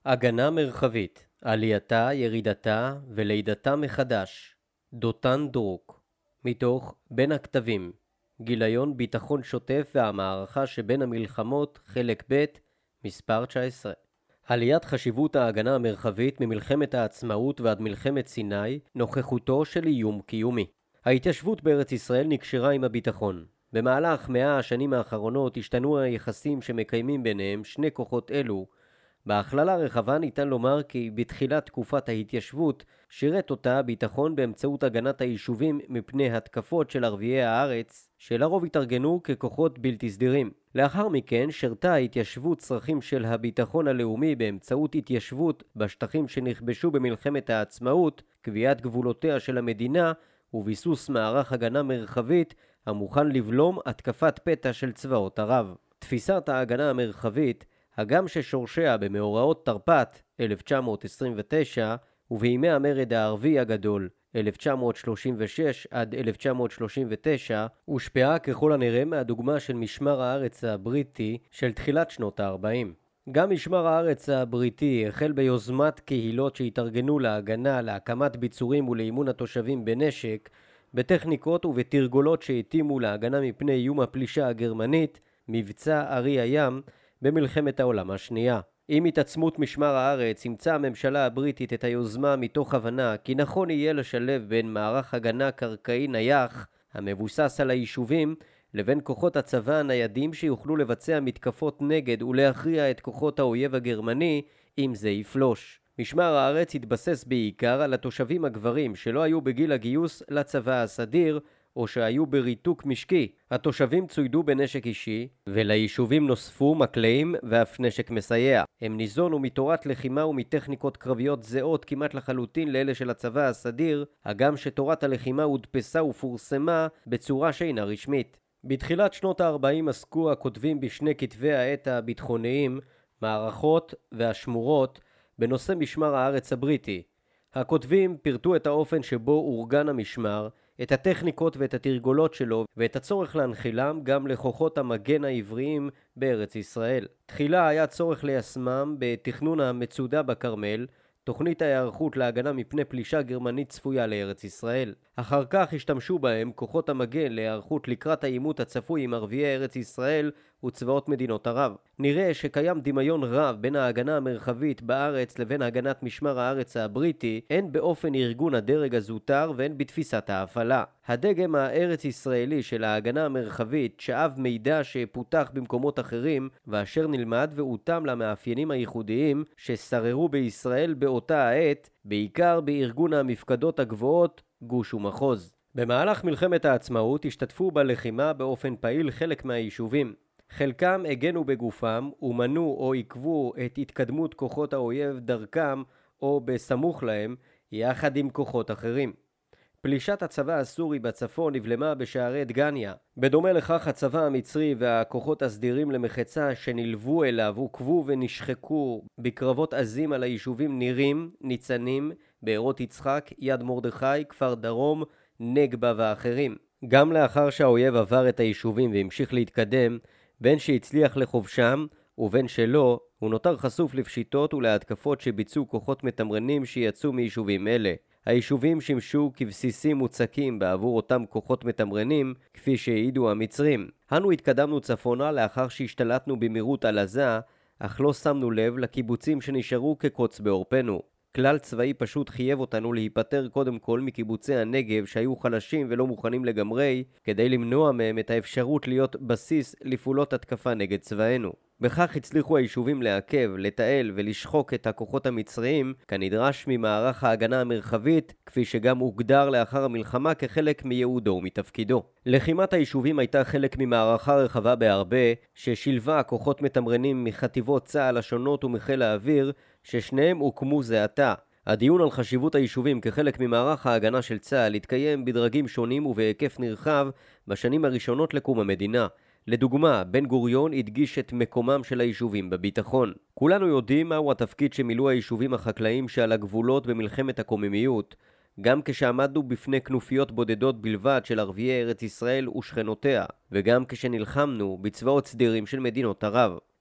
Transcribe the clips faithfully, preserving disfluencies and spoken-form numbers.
הגנה מרחבית, עלייתה, ירידתה ולידתה מחדש. דותן דרוק. מתוך בין הכתבים. גיליון ביטחון שוטף והמערכה שבין המלחמות, חלק ב', מספר תשע עשרה. עליית חשיבות ההגנה המרחבית ממלחמת העצמאות ועד מלחמת סיני, נוכחותו של איום קיומי. ההתיישבות בארץ ישראל נקשרה עם הביטחון. במהלך מאה השנים האחרונות השתנו היחסים שמקיימים ביניהם שני כוחות אלו. בהכללה רחבה ניתן לומר כי בתחילת תקופת ההתיישבות שירת אותה הביטחון באמצעות הגנת היישובים מפני התקפות של ערביי הארץ, שלרוב התארגנו ככוחות בלתי סדירים. לאחר מכן שרתה ההתיישבות צרכים של הביטחון הלאומי באמצעות התיישבות בשטחים שנכבשו במלחמת העצמאות, קביעת גבולותיה של המדינה וביסוס מערך הגנה מרחבית המוכן לבלום התקפת פתע של צבאות ערב. תפיסת ההגנה המרחבית, הגם ששורשיה במאורעות תרפ"ט אלף תשע מאות עשרים ותשע ובימי המרד הערבי הגדול אלף תשע מאות שלושים ושש עד אלף תשע מאות שלושים ותשע, הושפעה ככל הנראה מהדוגמה של משמר הארץ הבריטי של תחילת שנות ה-ארבעים. גם משמר הארץ הבריטי החל ביוזמת קהילות שהתארגנו להגנה, להקמת ביצורים ולאימון התושבים בנשק, בטכניקות ובתרגולות שהתאימו להגנה מפני איום הפלישה הגרמנית, מבצע ארי הים, במלחמת העולם השנייה. עם התעצמות משמר הארץ ימצא הממשלה הבריטית את היוזמה מתוך הבנה כי נכון יהיה לשלב בין מערך הגנה קרקעי נייח המבוסס על היישובים לבין כוחות הצבא הניידים שיוכלו לבצע מתקפות נגד ולהכריע את כוחות האויב הגרמני אם זה יפלוש. משמר הארץ התבסס בעיקר על התושבים הגברים שלא היו בגיל הגיוס לצבא הסדיר או שהיו בריתוק משקי. התושבים צוידו בנשק אישי, וליישובים נוספו מקלעים ואף נשק מסייע. הם ניזונו מתורת לחימה ומטכניקות קרביות זהות כמעט לחלוטין לאלה של הצבא הסדיר, הגם שתורת הלחימה הודפסה ופורסמה בצורה שאינה רשמית. בתחילת שנות ה-ארבעים עסקו הכותבים בשני כתבי העת הביטחוניים, מערכות והשמורות, בנושא משמר הארץ הבריטי. הכותבים פירטו את האופן שבו אורגן המשמר, את הטכניקות ואת התרגולות שלו ואת הצורך להנחילם גם לכוחות המגן העבריים בארץ ישראל. תחילה היה צורך ליישמם בתכנון המצודה בכרמל, תוכנית ההיערכות להגנה מפני פלישה גרמנית צפויה לארץ ישראל. אחר כך השתמשו בהם כוחות המגן להיערכות לקראת העימות הצפוי עם ערביי ארץ ישראל וצבאות מדינות ערב. נראה שקיים דמיון רב בין ההגנה המרחבית בארץ לבין הגנת משמר הארץ הבריטי, הן באופן ארגון הדרג הזוטר והן בתפיסת ההפעלה. הדגם הארץ ישראלי של ההגנה המרחבית שאב מידע שפותח במקומות אחרים ואשר נלמד והותאם למאפיינים הייחודיים ששררו בישראל באותה העת, בעיקר בארגון המפקדות הגבוהות גוש ומחוז. במהלך מלחמת העצמאות השתתפו בלחימה באופן פעיל חלק מהיישובים. חלקם הגנו בגופם ומנעו או עיכבו את התקדמות כוחות האויב דרכם או בסמוך להם יחד עם כוחות אחרים. פלישת הצבא הסורי בצפון נבלמה בשערי דגניה. בדומה לכך הצבא המצרי והכוחות הסדירים למחצה שנלוו אליו עוכבו ונשחקו בקרבות עזים על היישובים נירים, ניצנים, בארות יצחק, יד מרדכי, כפר דרום, נגבה ואחרים. גם לאחר שהאויב עבר את היישובים והמשיך להתקדם, בין שהצליח לחובשם ובין שלא, הוא נותר חשוף לפשיטות ולהתקפות שביצעו כוחות מתמרנים שיצאו מיישובים אלה. היישובים שימשו כבסיסים מוצקים בעבור אותם כוחות מתמרנים, כפי שהעידו המצרים. אנו התקדמנו צפונה לאחר שהשתלטנו במהירות על עזה, אך לא שמנו לב לקיבוצים שנשארו כקוץ בעורפנו. כלל צבאי פשוט חייב אותנו להיפטר קודם כל מקיבוצי הנגב שהיו חלשים ולא מוכנים לגמרי, כדי למנוע מהם את האפשרות להיות בסיס לפעולות התקפה נגד צבאנו. בכך הצליחו היישובים לעכב, לתעל ולשחוק את הכוחות המצריים כנדרש ממערך ההגנה המרחבית, כפי שגם הוגדר לאחר המלחמה כחלק מייעודו ומתפקידו. לחימת היישובים הייתה חלק ממערכה רחבה בהרבה, ששילבה כוחות מתמרנים מחטיבות צה"ל השונות ומחיל האוויר, ששניהם הוקמו זה עתה. הדיון על חשיבות היישובים כחלק ממערך ההגנה של צה"ל התקיים בדרגים שונים ובהיקף נרחב בשנים הראשונות לקום המדינה. לדוגמה, בן גוריון הדגיש את מקומם של היישובים בביטחון. כולנו יודעים מהו התפקיד שמילאו היישובים החקלאיים שעל הגבולות במלחמת הקוממיות, גם כשעמדנו בפני כנופיות בודדות בלבד של ערביי ארץ ישראל ושכנותיה, וגם כשנלחמנו בצבאות סדירים של מדינות ערב.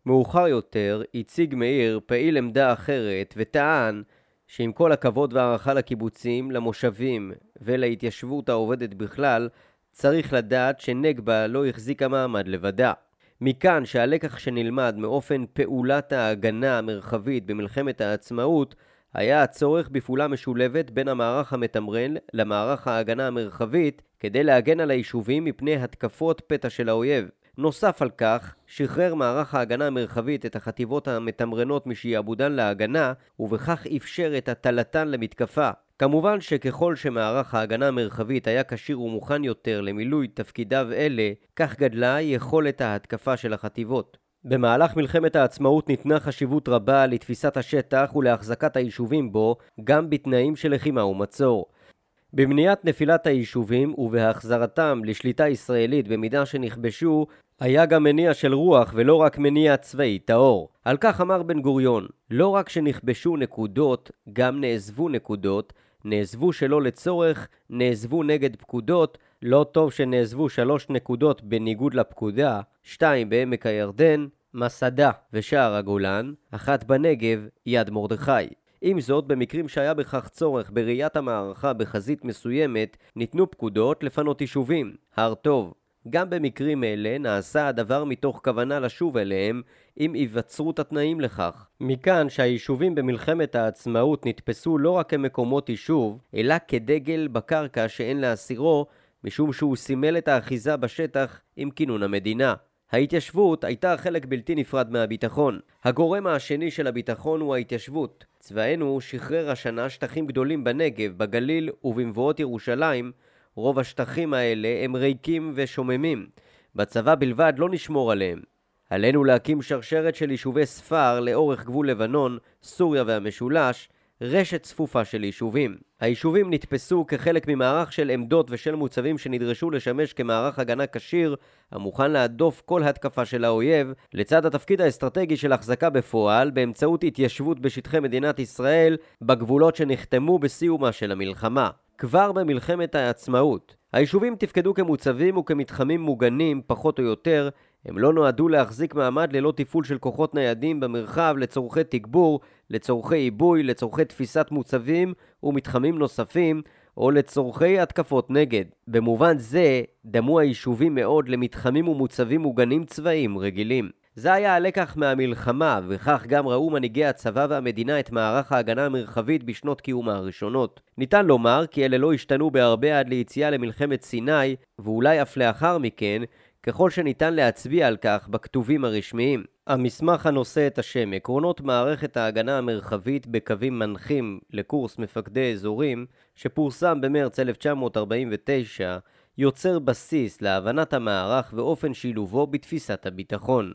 מאוחר יותר הציג מאיר פעיל עמדה אחרת וטען שעם כל הכבוד והערכה לקיבוצים, למושבים ולהתיישבות העובדת בכלל, צריך לדעת שנגבה לא החזיקה מעמד לבדה. מכאן שהלקח שנלמד מאופן פעולת ההגנה המרחבית במלחמת העצמאות היה הצורך בפעולה משולבת בין המערך המתמרן למערך ההגנה המרחבית כדי להגן על היישובים מפני התקפות פתע של האויב. נוסף על כך, שחרר מערך ההגנה המרחבית את החטיבות המתמרנות משעבודן להגנה, ובכך אפשר את הטלתן למתקפה. כמובן שככל שמערך ההגנה המרחבית היה כשיר ומוכן יותר למילוי תפקידיו אלה, כך גדלה יכולת ההתקפה של החטיבות. במהלך מלחמת העצמאות ניתנה חשיבות רבה לתפיסת השטח ולהחזקת היישובים בו, גם בתנאים של לחימה ומצור. במניעת נפילת היישובים ובהחזרתם לשליטה ישראלית במידה שנכבשו, היה גם מניע של רוח ולא רק מניע צבאי טהור. על כך אמר בן גוריון, לא רק שנכבשו נקודות, גם נעזבו נקודות, נעזבו שלא לצורך, נעזבו נגד פקודות, לא טוב שנעזבו שלוש נקודות בניגוד לפקודה, שתיים בעמק הירדן, מסדה ושער הגולן, אחת בנגב, יד מרדכי. עם זאת, במקרים שהיה בכך צורך בראיית המערכה בחזית מסוימת, ניתנו פקודות לפנות יישובים, הר טוב. גם במקרים אלה נעשה הדבר מתוך כוונה לשוב אליהם עם היווצרות התנאים לכך. מכאן שהיישובים במלחמת העצמאות נתפסו לא רק כמקומות יישוב, אלא כדגל בקרקע שאין להסירו, משום שהוא סימל את האחיזה בשטח עם כינון המדינה. ההתיישבות הייתה חלק בלתי נפרד מהביטחון. הגורם השני של הביטחון הוא ההתיישבות. צבאנו שחרר השנה שטחים גדולים בנגב, בגליל ובמבואות ירושלים. רוב השטחים האלה הם ריקים ושוממים. בצבא בלבד לא נשמור עליהם. עלינו להקים שרשרת של יישובי ספר לאורך גבול לבנון, סוריה והמשולש, רשת צפופה של יישובים. היישובים נתפסו כחלק ממערך של עמדות ושל מוצבים שנדרשו לשמש כמערך הגנה כשיר, המוכן להדוף כל התקפה של האויב, לצד התפקיד האסטרטגי של החזקה בפועל באמצעות התיישבות בשטחי מדינת ישראל, בגבולות שנחתמו בסיומה של המלחמה. כבר במלחמת העצמאות, היישובים תפקדו כמוצבים וכמתחמים מוגנים פחות או יותר, הם לא נועדו להחזיק מעמד ללא טיפול של כוחות ניידים במרחב לצורכי תגבור, לצורכי עיבוי, לצורכי תפיסת מוצבים ומתחמים נוספים, או לצורכי התקפות נגד. במובן זה, דמו היישובים מאוד למתחמים ומוצבים מוגנים צבאיים רגילים. זה היה הלקח מהמלחמה, וכך גם ראו מנהיגי הצבא והמדינה את מערך ההגנה המרחבית בשנות קיומה הראשונות. ניתן לומר כי אלה לא השתנו בהרבה עד ליציאה למלחמת סיני, ואולי אף לאחר מכן, ככל שניתן להצביע על כך בכתובים הרשמיים. המסמך הנושא את השם עקרונות מערכת ההגנה המרחבית בקווים מנחים לקורס מפקדי אזורים, שפורסם במרץ אלף תשע מאות ארבעים ותשע, יוצר בסיס להבנת המערך ואופן שילובו בתפיסת הביטחון.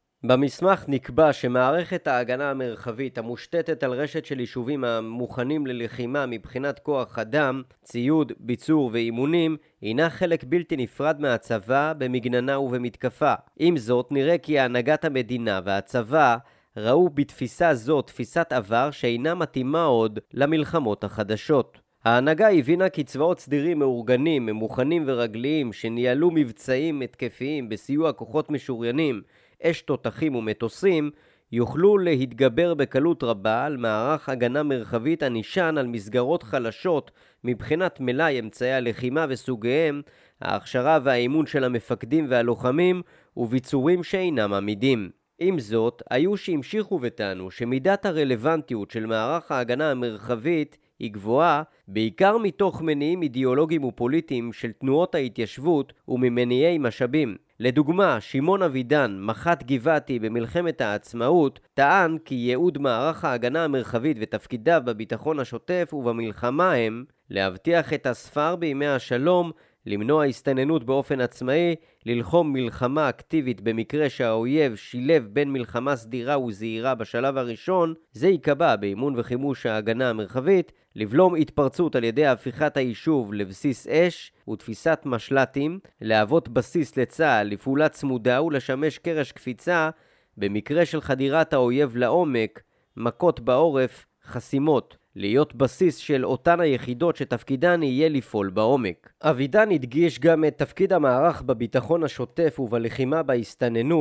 במסמך נקבע שמערכת ההגנה המרחבית המושתתת על רשת של יישובים המוכנים ללחימה מבחינת כוח אדם, ציוד, ביצור ואימונים, הינה חלק בלתי נפרד מהצבא במגננה ובמתקפה. עם זאת, נראה כי הנהגת המדינה והצבא ראו בתפיסה זו תפיסת עבר שאינה מתאימה עוד למלחמות החדשות. ההנהגה הבינה כי צבאות סדירים מאורגנים, ממוכנים ורגליים שניהלו מבצעים התקפיים בסיוע כוחות משוריינים, אש תותחים ומטוסים, יוכלו להתגבר בקלות רבה על מערך הגנה מרחבית הנשען על מסגרות חלשות מבחינת מלאי אמצעי הלחימה וסוגיהם, ההכשרה והאימון של המפקדים והלוחמים וביצורים שאינם עמידים. עם זאת, היו שהמשיכו וטענו שמידת הרלוונטיות של מערך ההגנה המרחבית היא גבוהה, בעיקר מתוך מניעים אידיאולוגיים ופוליטיים של תנועות ההתיישבות וממניעי משאבים. לדוגמה, שמעון אבידן, מח"ט גבעתי במלחמת העצמאות, טען כי ייעוד מערך ההגנה המרחבית ותפקידיו בביטחון השוטף ובמלחמה הם להבטיח את הספר בימי השלום, למנוע הסתננות באופן עצמאי, ללחום מלחמה אקטיבית במקרה שהאויב שילב בין מלחמה סדירה וזהירה בשלב הראשון, זה יקבע באימון וחימוש ההגנה המרחבית, לבלום התפרצות על ידי הפיכת היישוב לבסיס אש ותפיסת משלטים, להוות בסיס לצה"ל לפעולה צמודה ולשמש קרש קפיצה במקרה של חדירת האויב לעומק, מכות בעורף, חסימות. להיות בסיס של אותן היחידות שתפקידן יהיה לפעול בעומק. אבידן הדגיש גם את תפקיד המערך בביטחון השוטף ובלחימה בהסתננות,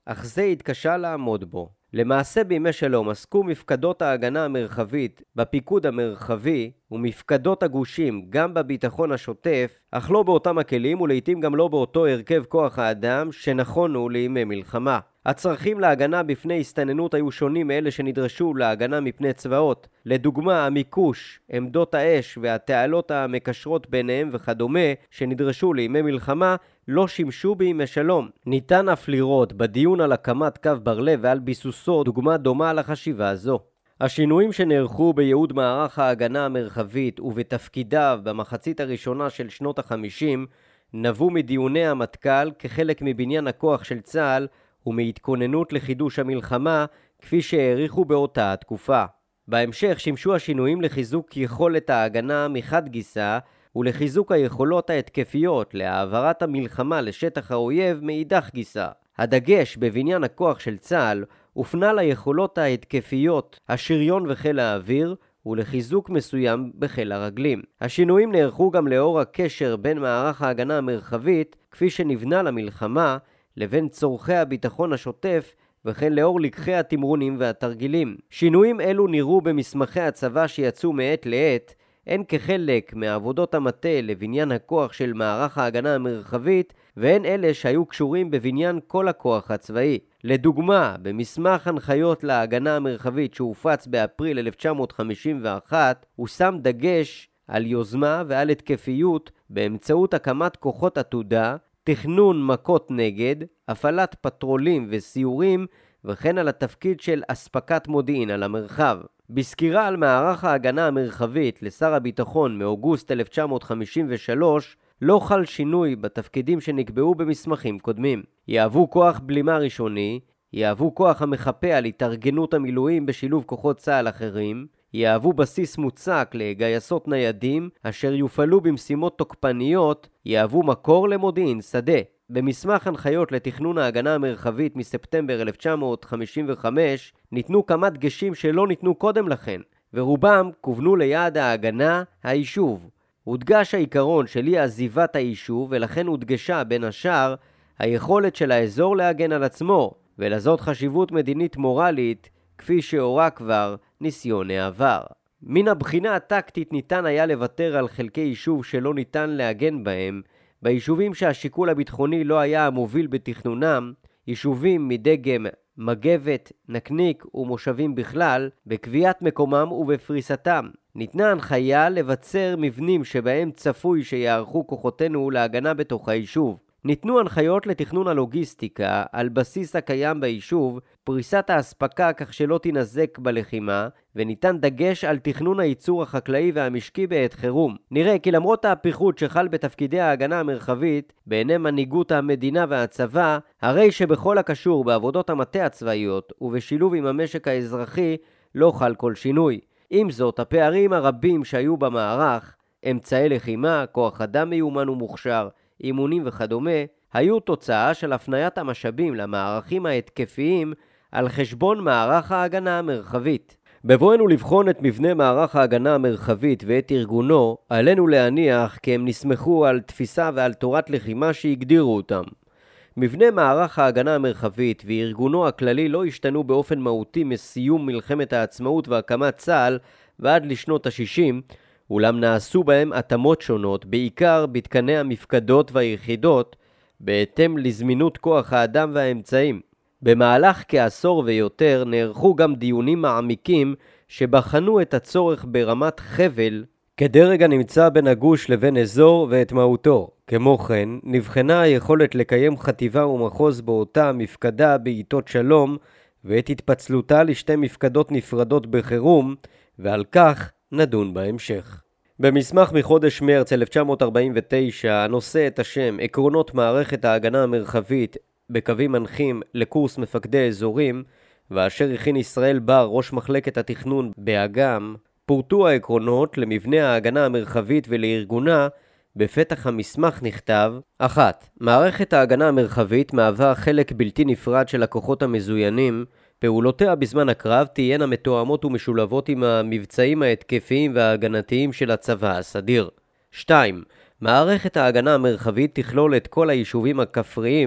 אך זה התקשה לעמוד בו. למעשה בימי שלום עסקו מפקדות ההגנה המרחבית בפיקוד המרחבי ומפקדות הגושים גם בביטחון השוטף, אך לא באותם הכלים ולעיתים גם לא באותו הרכב כוח האדם שנכונו לימי מלחמה. הצרכים להגנה בפני הסתננות היו שונים מאלה שנדרשו להגנה מפני צבאות. לדוגמה, המיקוש, עמדות האש והתעלות המקשרות ביניהם וכדומה שנדרשו לימי מלחמה לא שימשו בימי שלום. ניתן אף לראות בדיון על הקמת קו בר לב ועל ביסוסו דוגמה דומה לחשיבה זו. השינויים שנערכו בייעוד מערך ההגנה המרחבית ובתפקידיו במחצית הראשונה של שנות החמישים נבעו מדיוני המטכ"ל כחלק מבניין הכוח של צה"ל ומהתכוננות לחידוש המלחמה כפי שהעריכו באותה התקופה. בהמשך שימשו השינויים לחיזוק יכולת ההגנה מחד גיסא ולחיזוק היכולות ההתקפיות להעברת המלחמה לשטח האויב מאידך גיסא. הדגש בבניין הכוח של צה"ל הופנה ליכולות ההתקפיות השריון וחיל האוויר ולחיזוק מסוים בחיל הרגלים. השינויים נערכו גם לאור הקשר בין מערך ההגנה המרחבית כפי שנבנה למלחמה לבין צורכי הביטחון השוטף וכן לאור לקחי התמרונים והתרגילים. שינויים אלו נראו במסמכי הצבא שיצאו מעת לעת הן כחלק מעבודות המטה לבניין הכוח של מערך ההגנה המרחבית והן אלה שהיו קשורים בבניין כל הכוח הצבאי. לדוגמה, במסמך הנחיות להגנה המרחבית שהופץ באפריל אלף תשע מאות חמישים ואחת הוא שם דגש על יוזמה ועל התקפיות באמצעות הקמת כוחות עתודה, תכנון מכות נגד, הפעלת פטרולים וסיורים וכן על התפקיד של אספקת מודיעין על המרחב. בסקירה על מערך ההגנה המרחבית לשר הביטחון מאוגוסט אלף תשע מאות חמישים ושלוש לא חל שינוי בתפקידים שנקבעו במסמכים קודמים. יהוו כוח בלימה ראשוני, יהוו כוח המחפה על התארגנות המילואים בשילוב כוחות צה"ל אחרים, יהוו בסיס מוצק לגייסות ניידים אשר יופעלו במשימות תוקפניות, יהוו מקור למודיעין שדה. במסמך הנחיות לתכנון ההגנה המרחבית מספטמבר אלף תשע מאות חמישים וחמש ניתנו כמה דגשים שלא ניתנו קודם לכן, ורובם כוונו ליעד ההגנה, היישוב. הודגש העיקרון של אי עזיבת היישוב ולכן הודגשה בין השאר היכולת של האזור להגן על עצמו, ולזאת חשיבות מדינית מורלית כפי שהורה כבר ניסיון העבר. מן הבחינה הטקטית ניתן היה לוותר על חלקי יישוב שלא ניתן להגן בהם, ביישובים שהשיקול הביטחוני לא היה המוביל בתכנונם, יישובים מדגם מגבת, נקניק ומושבים בכלל, בקביעת מקומם ובפריסתם. ניתנה הנחיה לבצר מבנים שבהם צפוי שיערכו כוחותינו להגנה בתוך היישוב. ניתנו הנחיות לתכנון הלוגיסטיקה על בסיס הקיים ביישוב, פריסת ההספקה כך שלא תינזק בלחימה, וניתן דגש על תכנון הייצור החקלאי והמשקי בעת חירום. נראה כי למרות הפיחות שחל בתפקידי ההגנה המרחבית, בעיני מנהיגות המדינה והצבא, הרי שבכל הקשור בעבודות המטה הצבאיות ובשילוב עם המשק האזרחי לא חל כל שינוי. עם זאת, הפערים הרבים שהיו במערך, אמצעי לחימה, כוח אדם מיומן ומוכשר, אימונים וכדומה, היו תוצאה של הפניית המשאבים למערכים ההתקפיים על חשבון מערך ההגנה המרחבית. בבואנו לבחון את מבנה מערך ההגנה המרחבית ואת ארגונו, עלינו להניח כי הם נסמכו על תפיסה ועל תורת לחימה שהגדירו אותם. מבנה מערך ההגנה המרחבית וארגונו הכללי לא השתנו באופן מהותי מסיום מלחמת העצמאות והקמת צה"ל ועד לשנות ה-שישים, אולם נעשו בהם התאמות שונות, בעיקר בתקני המפקדות והיחידות, בהתאם לזמינות כוח האדם והאמצעים. במהלך כעשור ויותר נערכו גם דיונים מעמיקים שבחנו את הצורך ברמת חבל כדרג הנמצא בין הגוש לבין אזור ואת מהותו. כמו כן, נבחנה היכולת לקיים חטיבה ומחוז באותה מפקדה בעיתות שלום ואת התפצלותה לשתי מפקדות נפרדות בחירום, ועל כך נדון בהמשך. במסמך מחודש מרץ אלף תשע מאות ארבעים ותשע הנושא את השם עקרונות מערכת ההגנה המרחבית בקווים מנחים לקורס מפקדי אזורים, ואשר הכין ישראל בר ראש מחלקת התכנון באג"ם, פורטו העקרונות למבנה ההגנה המרחבית ולארגונה. בפתח המסמך נכתב: אחת. מערכת ההגנה המרחבית מהווה חלק בלתי נפרד של הכוחות המזוינים. פעולותיה בזמן הקרב תהיינה מתואמות ומשולבות עם המבצעים ההתקפיים וההגנתיים של הצבא הסדיר. שתיים. מערכת ההגנה המרחבית תכלול את כל היישובים הכפריים,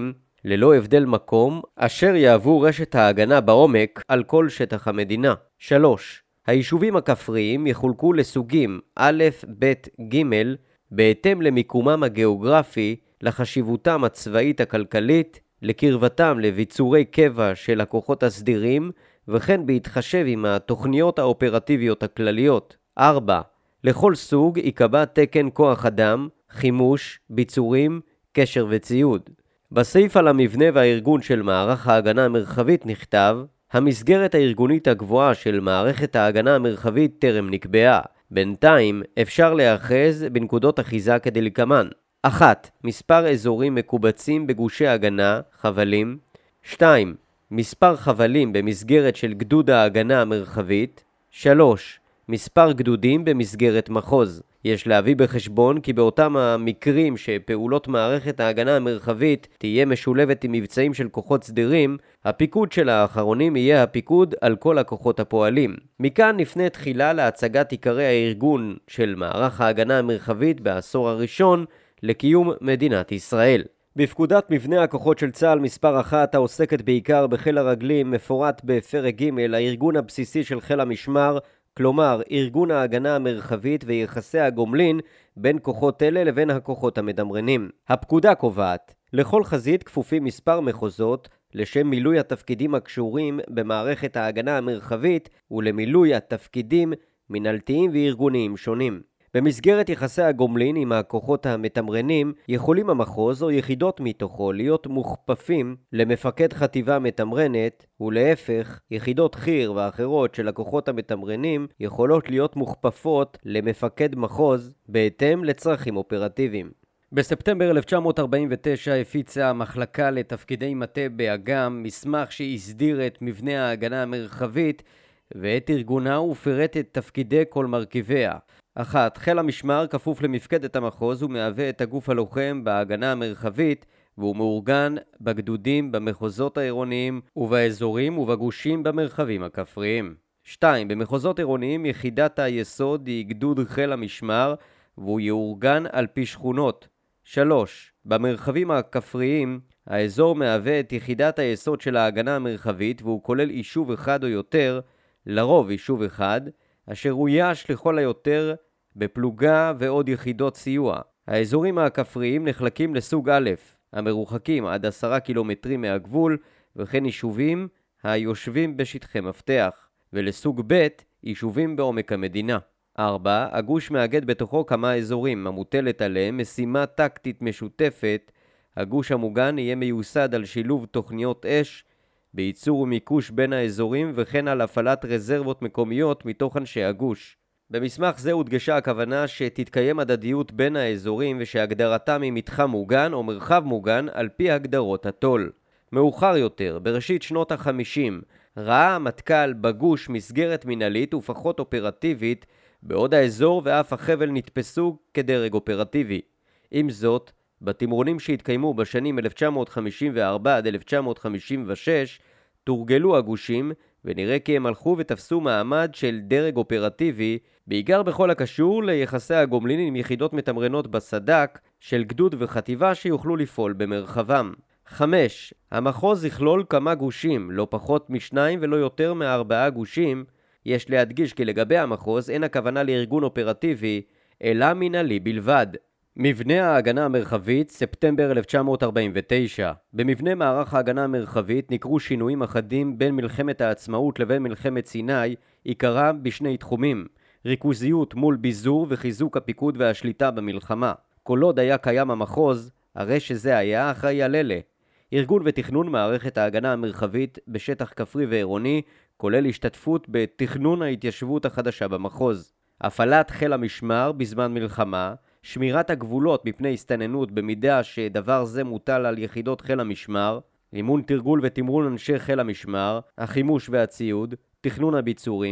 ללא הבדל מקום, אשר יהוו רשת ההגנה בעומק על כל שטח המדינה. שלוש. היישובים הכפריים יחולקו לסוגים א', ב', ג', בהתאם למיקומם הגיאוגרפי, לחשיבותם הצבאית הכלכלית, לקרבתם לביצורי קבע של הכוחות הסדירים, וכן בהתחשב עם התוכניות האופרטיביות הכלליות. ארבע. לכל סוג יקבע תקן כוח אדם, חימוש, ביצורים, קשר וציוד. בסעיף על המבנה והארגון של מערך ההגנה המרחבית נכתב, המסגרת הארגונית הגבוהה של מערכת ההגנה המרחבית טרם נקבעה. בינתיים אפשר להיאחז בנקודות אחיזה כדלקמן. אחת. מספר אזורים מקובצים בגושי הגנה, חבלים. שתיים. מספר חבלים במסגרת של גדוד ההגנה המרחבית. שלוש. מספר גדודים במסגרת מחוז. יש להביא בחשבון כי באותם המקרים שפעולות מערכת ההגנה המרחבית תהיה משולבת עם מבצעים של כוחות סדירים, הפיקוד של האחרונים יהיה הפיקוד על כל הכוחות הפועלים. מכאן נפנה תחילה להצגת עיקרי הארגון של מערך ההגנה המרחבית בעשור הראשון לקיום מדינת ישראל. בפקודת מבנה הכוחות של צה"ל מספר אחת העוסקת בעיקר בחיל הרגלים מפורט בפרק ג' הארגון הבסיסי של חיל המשמר, כלומר ארגון ההגנה המרחבית ויחסי הגומלין בין כוחות אלה לבין הכוחות המדמרנים. הפקודה קובעת, לכל חזית כפופים מספר מחוזות לשם מילוי התפקידים הקשורים במערכת ההגנה המרחבית ולמילוי התפקידים מנהלתיים וארגוניים שונים. במסגרת יחסי הגומלין עם הכוחות המתמרנים, יכולים המחוז או יחידות מתוכו להיות מוכפפים למפקד חטיבה מתמרנת, ולהפך, יחידות חי"ר ואחרות של הכוחות המתמרנים יכולות להיות מוכפפות למפקד מחוז בהתאם לצרכים אופרטיביים. בספטמבר אלף תשע מאות ארבעים ותשע הפיצה המחלקה לתפקידי מטה באג"ם מסמך שהסדיר את מבנה ההגנה המרחבית ואת ארגונה ופירט את תפקידי כל מרכיביה. אחת. חיל המשמר כפוף למפקדת המחוז ומהווה את הגוף הלוחם בהגנה המרחבית, והוא מאורגן בגדודים במחוזות העירוניים ובאזורים ובגושים במרחבים הכפריים. שתיים. במחוזות עירוניים יחידת היסוד היא גדוד חיל המשמר, והוא יאורגן על פי שכונות. שלוש. במרחבים הכפריים האזור מהווה את יחידת היסוד של ההגנה המרחבית, והוא כולל יישוב אחד או יותר, לרוב יישוב אחד, אשר אויש לכל היותר בפלוגה ועוד יחידות סיוע. האזורים הכפריים נחלקים לסוג א', המרוחקים עד עשרה קילומטרים מהגבול, וכן יישובים היושבים בשטחי מפתח, ולסוג ב', יישובים בעומק המדינה. ארבע. הגוש מאגד בתוכו כמה אזורים, המוטלת עליהם משימה טקטית משותפת. הגוש המוגן יהיה מיוסד על שילוב תוכניות אש, בייצור ומיקוש בין האזורים וכן על הפעלת רזרבות מקומיות מתוך אנשי הגוש. במסמך זה הודגשה הכוונה שתתקיים הדדיות בין האזורים ושהגדרתם היא מתחם מוגן או מרחב מוגן על פי הגדרות התול. מאוחר יותר, בראשית שנות ה-חמישים, ראה המטכ"ל בגוש מסגרת מנהלית ופחות אופרטיבית, בעוד האזור ואף החבל נתפסו כדרג אופרטיבי. עם זאת, בתמרונים שהתקיימו בשנים אלף תשע מאות חמישים וארבע עד אלף תשע מאות חמישים ושש, תורגלו הגושים, ונראה כי הם הלכו ותפסו מעמד של דרג אופרטיבי, בעיקר בכל הקשור ליחסי הגומלין עם יחידות מתמרנות בסד"כ של גדוד וחטיבה שיוכלו לפעול במרחבם. חמש. המחוז יכלול כמה גושים, לא פחות משניים ולא יותר מארבעה גושים. יש להדגיש כי לגבי המחוז אין הכוונה לארגון אופרטיבי, אלא מנהלי בלבד. מבנה ההגנה המרחבית, ספטמבר אלף תשע מאות ארבעים ותשע. במבנה מערך ההגנה המרחבית נקרו שינויים אחדים בין מלחמת העצמאות לבין מלחמת סיני, עיקרם בשני תחומים, ריכוזיות מול ביזור וחיזוק הפיקוד והשליטה במלחמה. כל עוד היה קיים המחוז, הרי שזה היה אחראי על אלה. ארגון ותכנון מערכת ההגנה המרחבית בשטח כפרי ועירוני, כולל השתתפות בתכנון ההתיישבות החדשה במחוז. הפעלת חיל המשמר בזמן מלחמה, שמירת הגבולות מפני הסתננות במידה שדבר זה מוטל על יחידות חיל המשמר, אימון תרגול ותמרון אנשי חיל המשמר, החימוש והציוד, תכנון הביצורים,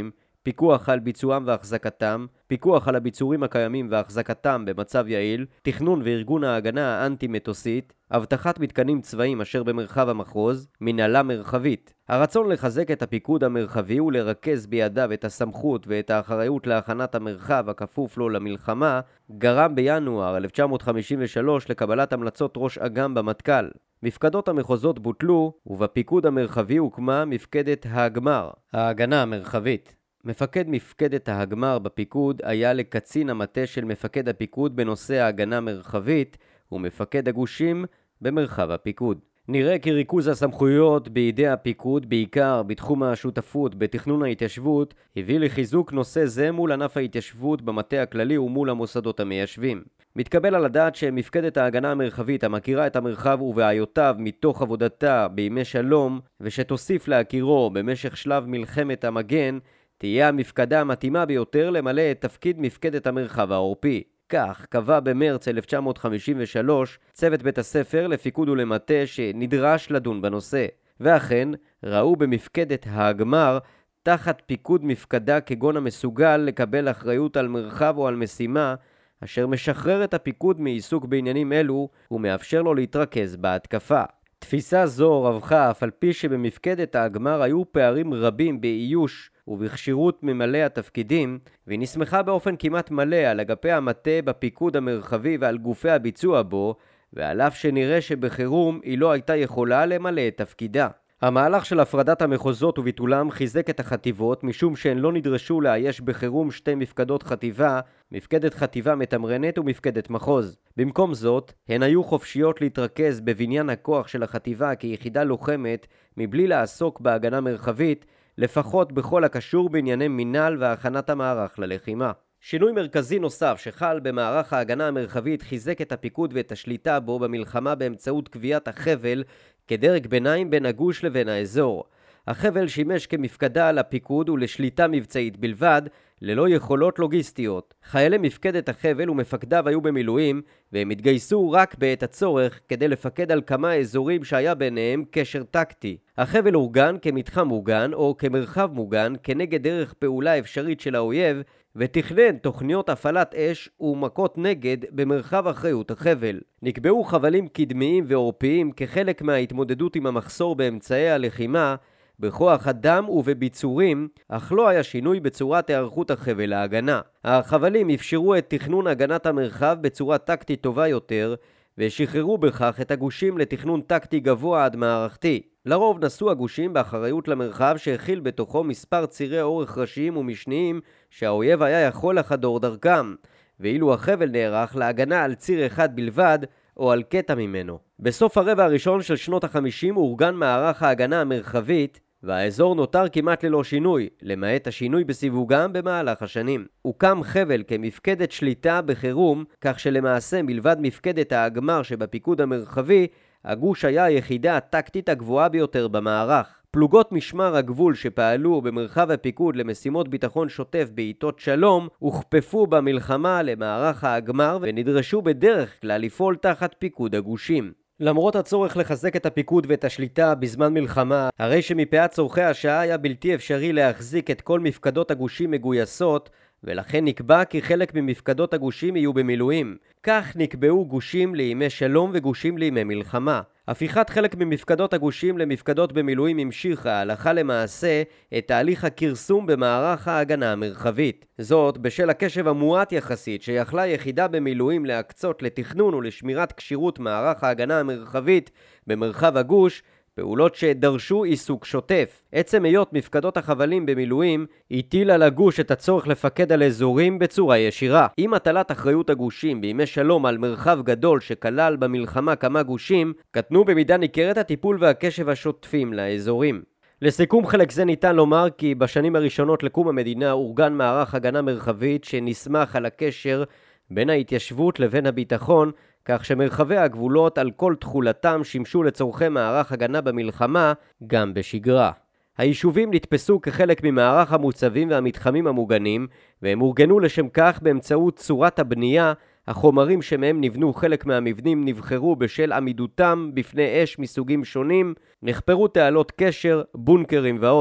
פיקוח על ביצועם והחזקתם, פיקוח על הביצורים הקיימים והחזקתם במצב יעיל, תכנון וארגון ההגנה האנטי-מטוסית, הבטחת מתקנים צבאיים אשר במרחב המחוז, מנהלה מרחבית. הרצון לחזק את הפיקוד המרחבי ולרכז בידיו את הסמכות ואת האחריות להכנת המרחב הכפוף לו למלחמה, גרם בינואר אלף תשע מאות חמישים ושלוש לקבלת המלצות ראש אג"ם במטכ"ל. מפקדות המחוזות בוטלו, ובפיקוד המרחבי הוקמה מפקדת ההגמר, ההגנה המרחבית. מפקד מפקדת ההגמר בפיקוד היה לקצין המטה של מפקד הפיקוד בנושא ההגנה מרחבית, ומפקד הגושים במרחב הפיקוד. נראה כי ריכוז הסמכויות בידי הפיקוד, בעיקר בתחום השותפות בתכנון ההתיישבות, הביא לחיזוק נושא זה מול ענף ההתיישבות במטה הכללי ומול המוסדות המיישבים. מתקבל על הדעת שמפקדת ההגנה המרחבית המכירה את המרחב ובעיותיו מתוך עבודתה בימי שלום, ושתוסיף להכירו במשך שלב מלחמת המגן, תהיה המפקדה המתאימה ביותר למלא את תפקיד מפקדת המרחב העורפי. כך קבע במרץ אלף תשע מאות חמישים ושלוש צוות בית הספר לפיקוד ולמטה שנדרש לדון בנושא, ואכן ראו במפקדת ההגמר תחת פיקוד מפקדה כגון המסוגל לקבל אחריות על מרחב או על משימה, אשר משחרר את הפיקוד מעיסוק בעניינים אלו ומאפשר לו להתרכז בהתקפה. תפיסה זו רווחה אף על פי שבמפקדת ההגמר היו פערים רבים באיוש ובכשירות ממלא התפקידים, והיא נסמכה באופן כמעט מלא על אגפי המטה בפיקוד המרחבי ועל גופי הביצוע בו, ועל אף שנראה שבחירום היא לא הייתה יכולה למלא את תפקידה. המהלך של הפרדת המחוזות וביטולם חיזק את החטיבות משום שהן לא נדרשו לאייש בחירום שתי מפקדות חטיבה, מפקדת חטיבה מתמרנת ומפקדת מחוז. במקום זאת, הן היו חופשיות להתרכז בבניין הכוח של החטיבה כיחידה לוחמת מבלי לעסוק בהגנה מרחבית, לפחות בכל הקשור בענייני מינהל והכנת המערך ללחימה. שינוי מרכזי נוסף שחל במערך ההגנה המרחבית חיזק את הפיקוד ואת השליטה בו במלחמה באמצעות קביעת החבל כדרג ביניים בין הגוש לבין האזור. החבל שימש כמפקדה על הפיקוד ולשליטה מבצעית בלבד, ללא יכולות לוגיסטיות. חיילי מפקדת החבל ומפקדיו היו במילואים, והם התגייסו רק בעת הצורך כדי לפקד על כמה אזורים שהיה ביניהם קשר טקטי. החבל אורגן כמתחם מוגן או כמרחב מוגן כנגד דרך פעולה אפשרית של האויב, ותכנן תוכניות הפעלת אש ומכות נגד במרחב אחריות החבל. נקבעו חבלים קדמיים ועורפיים כחלק מההתמודדות עם המחסור באמצעי הלחימה, בכוח אדם ובביצורים, אך לא היה שינוי בצורת היערכות החבל להגנה. החבלים אפשרו את תכנון הגנת המרחב בצורה טקטית טובה יותר, ושחררו בכך את הגושים לתכנון טקטי גבוה עד מערכתי. לרוב נסו הגושים באחריות למרחב שהכיל בתוכו מספר צירי אורך ראשיים ומשניים שהאויב היה יכול לחדור דרכם, ואילו החבל נערך להגנה על ציר אחד בלבד או על קטע ממנו. בסוף הרבע הראשון של שנות החמישים אורגן מערך ההגנה המרחבית, והאזור נותר כמעט ללא שינוי, למעט השינוי בסיווגם במהלך השנים. הוקם חבל כמפקדת שליטה בחירום, כך שלמעשה מלבד מפקדת ההגמר שבפיקוד המרחבי, הגוש היה היחידה הטקטית הגבוהה ביותר במערך. פלוגות משמר הגבול שפעלו במרחב הפיקוד למשימות ביטחון שוטף בעיתות שלום, הוכפפו במלחמה למערך ההגמר ונדרשו בדרך כלל לפעול תחת פיקוד הגושים. למרות הצורך לחזק את הפיקוד ואת השליטה בזמן מלחמה, הרי שמפאת צורכי השעה היה בלתי אפשרי להחזיק את כל מפקדות הגושים מגויסות, ולכן נקבע כי חלק ממפקדות הגושים יהיו במילואים. כך נקבעו גושים לימי שלום וגושים לימי מלחמה. הפיכת חלק ממפקדות הגושים למפקדות במילואים המשיכה הלכה למעשה את תהליך הכרסום במערך ההגנה המרחבית. זאת בשל הקשב המועט יחסית שיכלה יחידה במילואים להקצות לתכנון ולשמירת כשירות מערך ההגנה המרחבית במרחב הגוש, פעולות שדרשו עיסוק שוטף. עצם היות מפקדות החבלים במילואים הטיל על הגוש את הצורך לפקד על אזורים בצורה ישירה. עם הטלת אחריות הגושים בימי שלום על מרחב גדול שכלל במלחמה כמה גושים, קטנו במידה ניכרת הטיפול והקשב השוטפים לאזורים. לסיכום חלק זה ניתן לומר כי בשנים הראשונות לקום המדינה אורגן מערך הגנה מרחבית שנסמך על הקשר בין ההתיישבות לבין הביטחון, כך שמרחבי הגבולות על כל תחולתם שימשו לצורכי מערך הגנה במלחמה גם בשגרה. היישובים נתפסו כחלק ממערך המוצבים והמתחמים המוגנים, והם אורגנו לשם כך באמצעות צורת הבנייה. החומרים שמהם נבנו חלק מהמבנים נבחרו בשל עמידותם בפני אש מסוגים שונים, נחפרו תעלות קשר, בונקרים ועוד.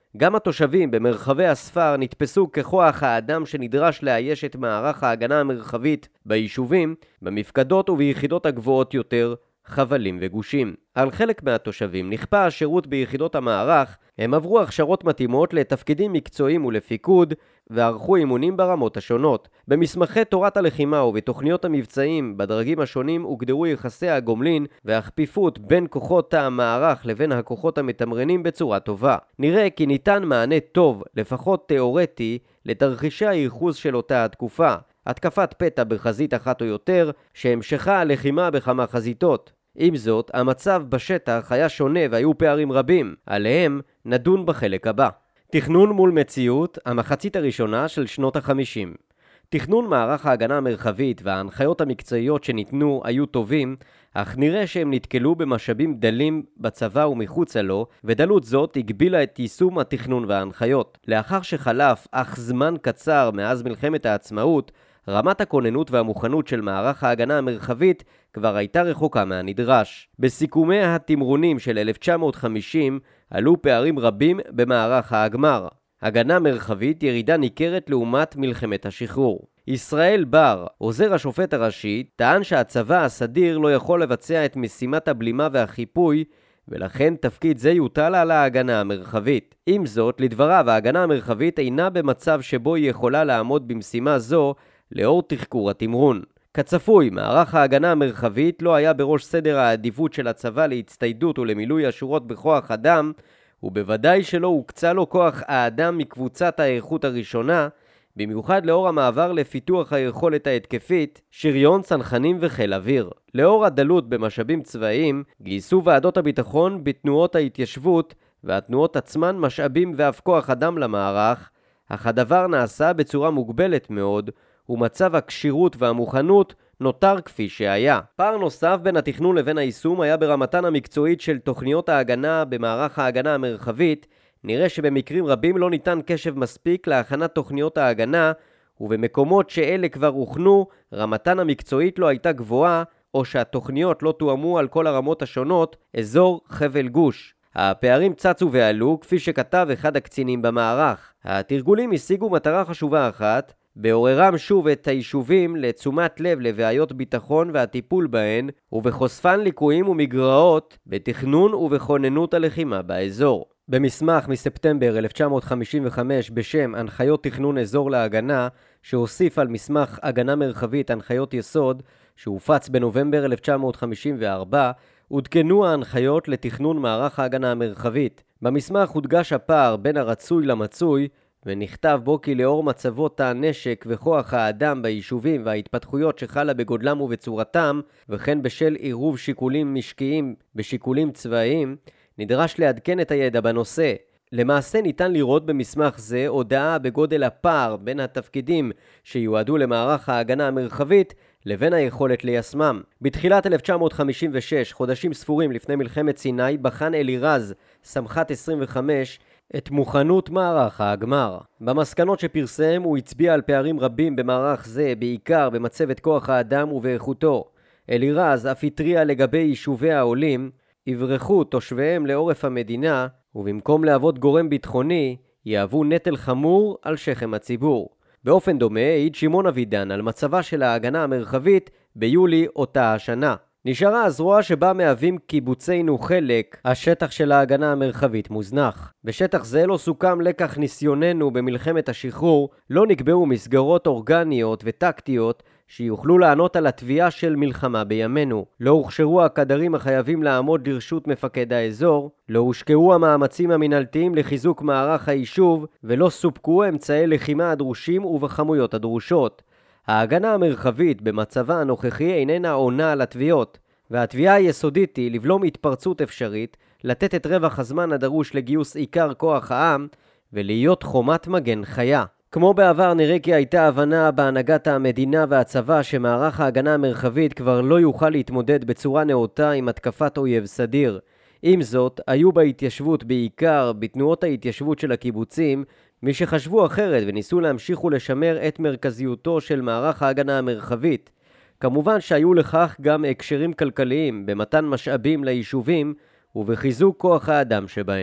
גם התושבים במרחבי הספר נתפסו ככוח האדם שנדרש לאייש את מערך ההגנה המרחבית ביישובים, במפקדות וביחידות הגבוהות יותר, חבלים וגושים. על חלק מהתושבים נכפה השירות ביחידות המערך, הם עברו הכשרות מתאימות לתפקידים מקצועיים ולפיקוד, וערכו אימונים ברמות השונות. במסמכי תורת הלחימה ובתוכניות המבצעים בדרגים השונים הוגדרו יחסי הגומלין והכפיפות בין כוחות המערך לבין הכוחות המתמרנים בצורה טובה. נראה כי ניתן מענה טוב, לפחות תיאורטי, לתרחישי הייחוס של אותה התקופה. התקפת פתע בחזית אחת או יותר, שהמשכה הלחימה בכמה חזיתות. עם זאת, המצב בשטח היה שונה והיו פערים רבים. עליהם נדון בחלק הבא. תכנון מול מציאות, המחצית הראשונה של שנות החמישים. תכנון מערך ההגנה המרחבית וההנחיות המקצועיות שניתנו היו טובים, אך נראה שהם נתקלו במשאבים דלים בצבא ומחוצה לו, ודלות זאת הגבילה את יישום התכנון וההנחיות. לאחר שחלף אך זמן קצר מאז מלחמת העצמאות, רמת הכוננות והמוכנות של מערך ההגנה המרחבית כבר הייתה רחוקה מהנדרש. בסיכומי התמרונים של אלף תשע מאות וחמישים עלו פערים רבים במערך ההגמר. הגנה מרחבית ירידה ניכרת לעומת מלחמת השחרור. ישראל בר, עוזר השופט הראשי, טען שהצבא הסדיר לא יכול לבצע את משימת הבלימה והחיפוי, ולכן תפקיד זה יוטל על ההגנה המרחבית. עם זאת, לדבריו, ההגנה המרחבית אינה במצב שבו היא יכולה לעמוד במשימה זו לאור תחקור התמרון. כצפוי, מערך ההגנה המרחבית לא היה בראש סדר העדיפות של הצבא להצטיידות ולמילוי השורות בכוח אדם, ובוודאי שלא הוקצה לו כוח האדם מקבוצת האיכות הראשונה, במיוחד לאור המעבר לפיתוח היכולת ההתקפית, שריון, צנחנים וחיל אוויר. לאור הדלות במשאבים צבאיים, גייסו ועדות הביטחון בתנועות ההתיישבות, והתנועות עצמן משאבים ואף כוח אדם למערך, אך הדבר נעשה בצורה מוגבלת מאוד, ומצב הקשירות והמוכנות נותר כפי שהיה. פער נוסף בין התכנון לבין היישום היה ברמתן המקצועית של תוכניות ההגנה במערך ההגנה המרחבית. נראה שבמקרים רבים לא ניתן קשב מספיק להכנת תוכניות ההגנה, ובמקומות שאלה כבר הוכנו, רמתן המקצועית לא הייתה גבוהה, או שהתוכניות לא תואמו על כל הרמות השונות, אזור חבל גוש. הפערים צצו ועלו, כפי שכתב אחד הקצינים במערך. התרגולים השיגו מטרה חשובה אחת, בעוררם שוב את היישובים לתשומת לב לבעיות ביטחון והטיפול בהן, ובחושפן ליקויים ומגרעות בתכנון ובכוננות הלחימה באזור. במסמך מספטמבר אלף תשע מאות חמישים וחמש בשם הנחיות תכנון אזור להגנה, שהוסיף על מסמך הגנה מרחבית הנחיות יסוד, שהופץ בנובמבר אלף תשע מאות חמישים וארבע, עודכנו ההנחיות לתכנון מערך ההגנה המרחבית. במסמך הודגש הפער בין הרצוי למצוי, ונכתב בו כי לאור מצבות הנשק וכוח האדם ביישובים וההתפתחויות שחלה בגודלם ובצורתם, וכן בשל עירוב שיקולים משקיים בשיקולים צבאיים, נדרש לעדכן את הידע בנושא. למעשה ניתן לראות במסמך זה הודעה בגודל הפער בין התפקידים שיועדו למערך ההגנה המרחבית לבין היכולת ליישמם. בתחילת אלף תשע מאות חמישים ושש, חודשים ספורים לפני מלחמת סיני, בחן אלירז, סמח"ט עשרים וחמש, את מוכנות מערך ההגמר. במסקנות שפרסם הוא הצביע על פערים רבים במערך זה, בעיקר במצבת כוח האדם ובאיכותו. אלירז אף התריע לגבי יישובי העולים, יברחו תושביהם לעורף המדינה, ובמקום להוות גורם ביטחוני, יהוו נטל חמור על שכם הציבור. באופן דומה העיד שמעון אבידן על מצבה של ההגנה המרחבית ביולי אותה השנה. נשארה הזרוע שבה מהווים קיבוצינו חלק, השטח של ההגנה המרחבית מוזנח. בשטח זה לא סוכם לקח ניסיוננו במלחמת השחרור, לא נקבעו מסגרות אורגניות וטקטיות שיוכלו לענות על התביעה של מלחמה בימינו. לא הוכשרו הקדרים החייבים לעמוד לרשות מפקד האזור, לא הושקעו המאמצים המנהלתיים לחיזוק מערך היישוב, ולא סופקו אמצעי לחימה הדרושים ובכמויות הדרושות. ההגנה המרחבית במצבה הנוכחי איננה עונה על התביעות, והתביעה היסודית היא לבלום התפרצות אפשרית, לתת את רווח הזמן הדרוש לגיוס עיקר כוח העם, ולהיות חומת מגן חיה. כמו בעבר נראה כי הייתה הבנה בהנהגת המדינה והצבא שמערך ההגנה המרחבית כבר לא יוכל להתמודד בצורה נאותה עם התקפת אויב סדיר. עם זאת, היו בהתיישבות בעיקר בתנועות ההתיישבות של הקיבוצים, מי שחשבו אחרת וניסו להמשיך ולשמר את מרכזיותו של מערך ההגנה המרחבית. כמובן שהיו לכך גם הקשרים כלכליים במתן משאבים ליישובים ובחיזוק כוח האדם שבהם.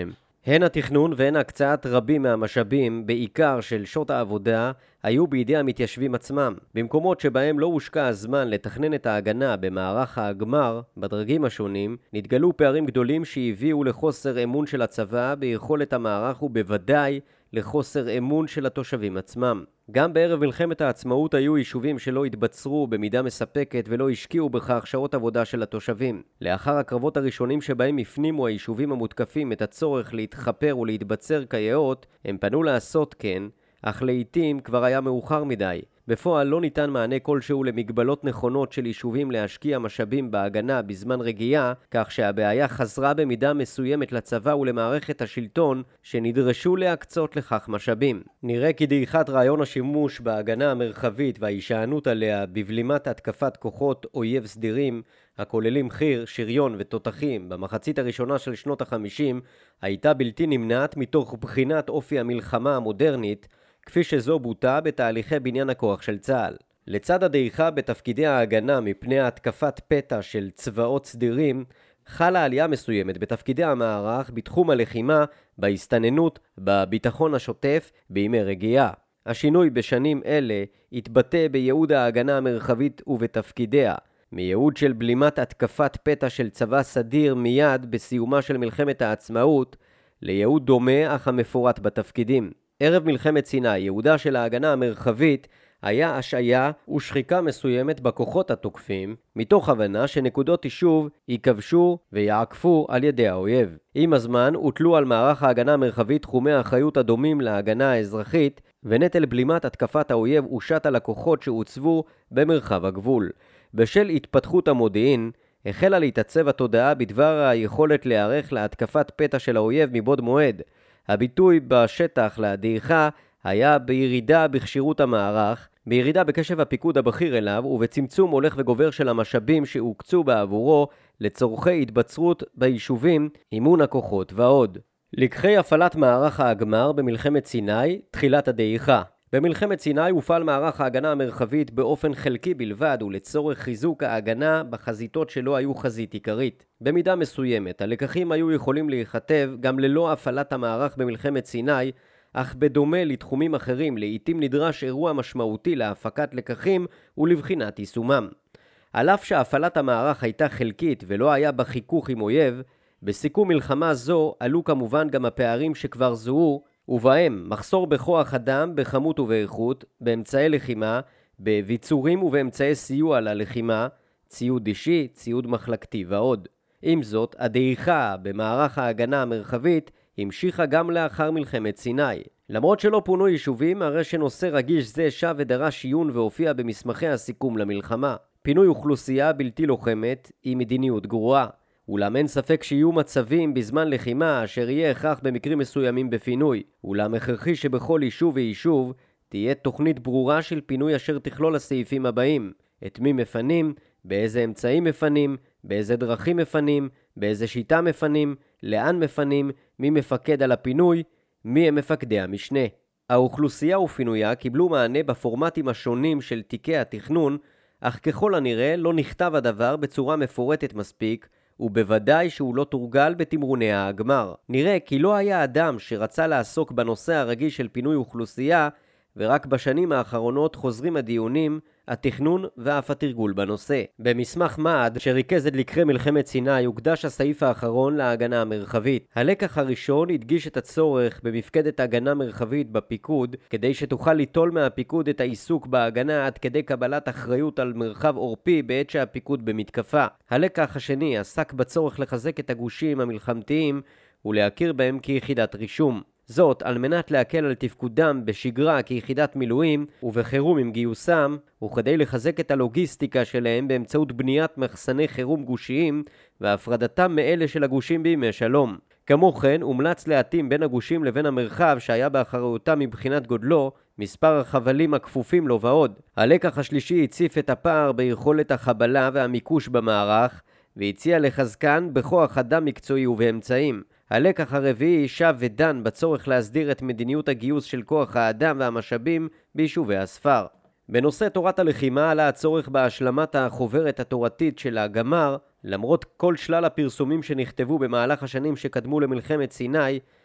הן התכנון והן הקצאת רבים מהמשאבים, בעיקר של שעות העבודה, היו בידי המתיישבים עצמם. במקומות שבהם לא הושקע הזמן לתכנן את ההגנה במערך ההגמר, בדרגים השונים, נתגלו פערים גדולים שהביאו לחוסר אמון של הצבא ביכולת המערך ובוודאי לחוסר אמון של התושבים עצמם. גם בערב מלחמת העצמאות היו יישובים שלא התבצרו במידה מספקת ולא השקיעו בכך שעות עבודה של התושבים. לאחר הקרבות הראשונים שבהם הפנימו היישובים המותקפים את הצורך להתחפר ולהתבצר כיאות, הם פנו לעשות כן, אך לעתים כבר היה מאוחר מדי. בפועל לא ניתן מענה כלשהו למגבלות נכונות של יישובים להשקיע משאבים בהגנה בזמן רגיעה, כך שהבעיה חזרה במידה מסוימת לצבא ולמערכת השלטון שנדרשו להקצות לכך משאבים. נראה כי דעיכת רעיון השימוש בהגנה המרחבית וההישענות עליה בבלימת התקפת כוחות אויב סדירים הכוללים חי"ר, שריון ותותחים במחצית הראשונה של שנות החמישים הייתה בלתי נמנעת מתוך בחינת אופי המלחמה המודרנית, כפי שזו בוטה בתהליכי בניין הכוח של צה"ל. לצד הדעיכה בתפקידי ההגנה מפני התקפת פתע של צבאות סדירים, חלה עלייה מסוימת בתפקידי המערך בתחום הלחימה, בהסתננות, בביטחון השוטף, בימי רגיעה. השינוי בשנים אלה התבטא בייעוד ההגנה המרחבית ובתפקידיה, מייעוד של בלימת התקפת פתע של צבא סדיר מיד בסיומה של מלחמת העצמאות, לייעוד דומה אך המפורט בתפקידים. ערב מלחמת סיני, ייעודה של ההגנה המרחבית היה השעיה ושחיקה מסוימת בכוחות התוקפים, מתוך הבנה שנקודות יישוב ייכבשו ויעקפו על ידי האויב. עם הזמן הוטלו על מערך ההגנה המרחבית תחומי האחריות הדומים להגנה האזרחית, ונטל בלימת התקפת האויב הושת על הכוחות שהוצבו במרחב הגבול. בשל התפתחות המודיעין, החלה להתעצב התודעה בדבר היכולת להיערך להתקפת פתע של האויב מבעוד מועד. הביטוי בשטח לדעיכה היה בירידה בכשירות המערך, בירידה בקשב הפיקוד הבכיר אליו ובצמצום הולך וגובר של המשאבים שהוקצו בעבורו לצורכי התבצרות ביישובים, אימון הכוחות ועוד. לקחי הפעלת מערך ההגמר במלחמת סיני, תחילת הדעיכה. במלחמת סיני הופעל מערך ההגנה המרחבית באופן חלקי בלבד ולצורך חיזוק ההגנה בחזיתות שלא היו חזית עיקרית. במידה מסוימת, הלקחים היו יכולים להיכתב גם ללא הפעלת המערך במלחמת סיני, אך בדומה לתחומים אחרים, לעתים נדרש אירוע משמעותי להפקת לקחים ולבחינת יישומם. על אף שהפעלת המערך הייתה חלקית ולא היה בה חיכוך עם אויב, בסיכום מלחמה זו עלו כמובן גם הפערים שכבר זוהו, ובהם מחסור בכוח אדם, בכמות ובאיכות, באמצעי לחימה, בביצורים ובאמצעי סיוע ללחימה, ציוד אישי, ציוד מחלקתי ועוד. עם זאת, הדעיכה במערך ההגנה המרחבית המשיכה גם לאחר מלחמת סיני. למרות שלא פונו יישובים, הרי שנושא רגיש זה שב ודרש עיון והופיע במסמכי הסיכום למלחמה. פינוי אוכלוסייה בלתי לוחמת היא מדיניות גרועה. אולם אין ספק שיהיו מצבים בזמן לחימה אשר יהיה הכרח במקרים מסוימים בפינוי. אולם הכרחי שבכל יישוב ויישוב תהיה תוכנית ברורה של פינוי אשר תכלול הסעיפים הבאים: את מי מפנים, באיזה אמצעים מפנים, באיזה דרכים מפנים, באיזה שיטה מפנים, לאן מפנים, מי מפקד על הפינוי, מי הם מפקדי המשנה. האוכלוסייה ופינויה קיבלו מענה בפורמטים השונים של תיקי התכנון, אך ככל הנראה לא נכתב הדבר בצורה מפורטת מספיק, ובוודאי שהוא לא תורגל בתמרוני ההגמר. נראה כי לא היה אדם שרצה לעסוק בנושא הרגיש של פינוי אוכלוסייה, ורק בשנים האחרונות חוזרים הדיונים, התכנון ואף התרגול בנושא. במסמך מעד שריכז את לקחי מלחמת סיני הוקדש הסעיף האחרון להגנה המרחבית. הלקח הראשון הדגיש את הצורך במפקדת הגנה מרחבית בפיקוד, כדי שתוכל ליטול מהפיקוד את העיסוק בהגנה עד כדי קבלת אחריות על מרחב עורפי בעת שהפיקוד במתקפה. הלקח השני עסק בצורך לחזק את הגושים המלחמתיים ולהכיר בהם כיחידת רישום. זאת על מנת להקל על תפקודם בשגרה כיחידת מילואים ובחירום עם גיוסם, וכדי לחזק את הלוגיסטיקה שלהם באמצעות בניית מחסני חירום גושיים והפרדתם מאלה של הגושים בימי שלום. כמו כן, הומלץ להתאים בין הגושים לבין המרחב שהיה באחריותם מבחינת גודלו, מספר החבלים הכפופים לו ועוד. הלקח השלישי הציף את הפער ביכולת החבלה והמיקוש במערך, והציע לחזקן בכוח אדם מקצועי ובאמצעים. הלקח הרביעי שב ודן בצורך להסדיר את מדיניות הגיוס של כוח האדם והמשאבים ביישובי הספר. בנושא תורת הלחימה עלה הצורך בהשלמת החוברת התורתית של הגמר, למרות כל שלל הפרסומים שנכתבו במהלך השנים שקדמו למלחמת סיני,